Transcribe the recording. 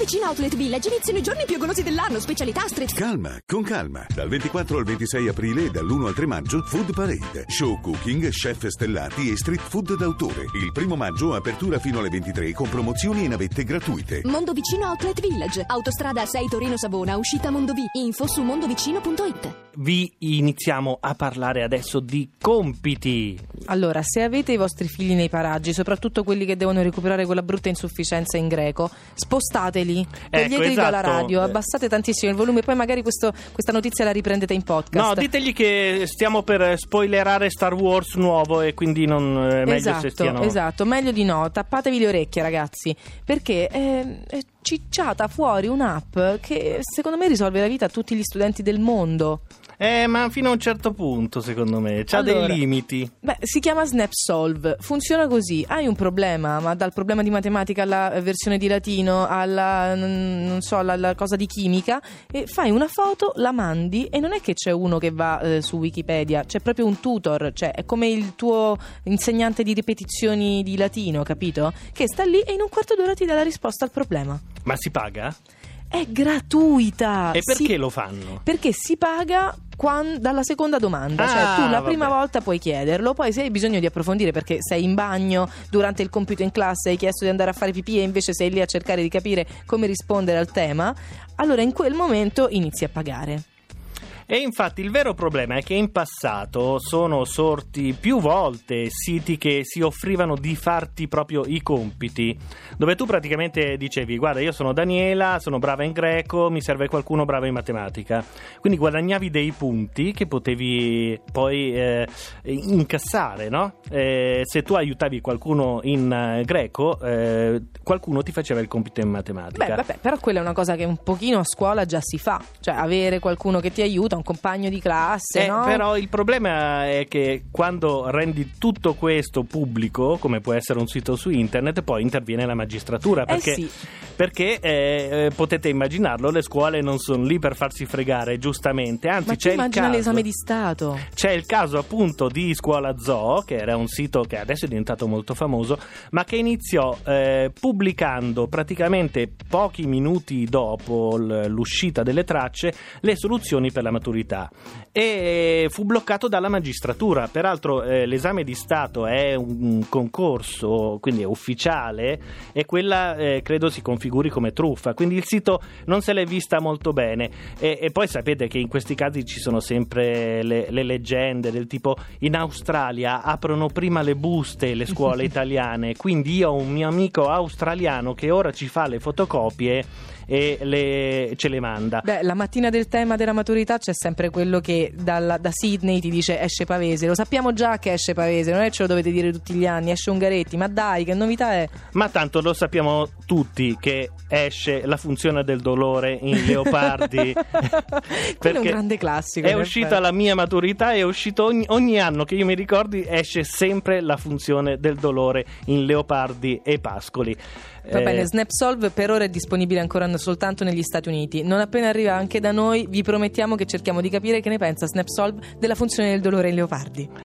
Vicino Outlet Village iniziano i giorni più golosi dell'anno, specialità street. Calma, con calma. Dal 24 al 26 aprile e dall'1 al 3 maggio, Food Parade. Show cooking, chef stellati e street food d'autore. Il 1 maggio, apertura fino alle 23 con promozioni e navette gratuite. Mondovicino Outlet Village. Autostrada 6 Torino-Savona, uscita Mondovì. Info su mondovicino.it. Vi iniziamo a parlare adesso di compiti. Allora, se avete i vostri figli nei paraggi, soprattutto quelli che devono recuperare quella brutta insufficienza in greco, spostateli, toglieteli dalla radio, abbassate tantissimo il volume, poi magari questa notizia la riprendete in podcast. No, ditegli che stiamo per spoilerare Star Wars nuovo e quindi non meglio se stiano... Esatto, meglio di no, tappatevi le orecchie ragazzi, perché è cicciata fuori un'app che secondo me risolve la vita a tutti gli studenti del mondo. Ma fino a un certo punto, secondo me, c'ha dei limiti. Beh, si chiama SnapSolve, funziona così: hai un problema, ma dal problema di matematica alla versione di latino alla, non so, alla cosa di chimica, e fai una foto, la mandi e non è che c'è uno che va su Wikipedia, c'è proprio un tutor, cioè è come il tuo insegnante di ripetizioni di latino, capito? Che sta lì e in un quarto d'ora ti dà la risposta al problema. Ma si paga? È gratuita. E perché lo fanno? Perché si paga dalla seconda domanda, cioè tu la prima volta puoi chiederlo, poi se hai bisogno di approfondire perché sei in bagno durante il compito in classe, hai chiesto di andare a fare pipì e invece sei lì a cercare di capire come rispondere al tema, allora in quel momento inizi a pagare. E infatti il vero problema è che in passato sono sorti più volte siti che si offrivano di farti proprio i compiti, dove tu praticamente dicevi: guarda, io sono Daniela, sono brava in greco, mi serve qualcuno bravo in matematica, quindi guadagnavi dei punti che potevi poi incassare, no? Se tu aiutavi qualcuno in greco, qualcuno ti faceva il compito in matematica. Beh, però quella è una cosa che un pochino a scuola già si fa, cioè avere qualcuno che ti aiuta, un compagno di classe, no? Però il problema è che quando rendi tutto questo pubblico, come può essere un sito su internet, poi interviene la magistratura, perché potete immaginarlo, le scuole non sono lì per farsi fregare, giustamente, anzi. Ma c'è il caso, l'esame di Stato. C'è il caso appunto di Scuola Zoo, che era un sito che adesso è diventato molto famoso, ma che iniziò pubblicando praticamente pochi minuti dopo l'uscita delle tracce le soluzioni per la maturità, e fu bloccato dalla magistratura. Peraltro l'esame di Stato è un concorso, quindi è ufficiale, e quella credo si configuri come truffa, quindi il sito non se l'è vista molto bene, e poi sapete che in questi casi ci sono sempre le leggende del tipo: in Australia aprono prima le buste le scuole italiane, quindi io ho un mio amico australiano che ora ci fa le fotocopie e ce le manda. Beh, la mattina del tema della maturità c'è sempre quello che da Sydney ti dice: esce Pavese. Lo sappiamo già che esce Pavese, non è ce lo dovete dire tutti gli anni, esce Ungaretti, ma dai, che novità è? Ma tanto lo sappiamo tutti che esce La funzione del dolore in Leopardi. Quello è un grande classico. È uscita la mia maturità, è uscito ogni anno che io mi ricordi, esce sempre La funzione del dolore in Leopardi e Pascoli. Va bene, SnapSolve per ora è disponibile ancora soltanto negli Stati Uniti. Non appena arriva anche da noi, vi promettiamo che cerchiamo di capire che ne pensa SnapSolve della funzione del dolore in Leopardi.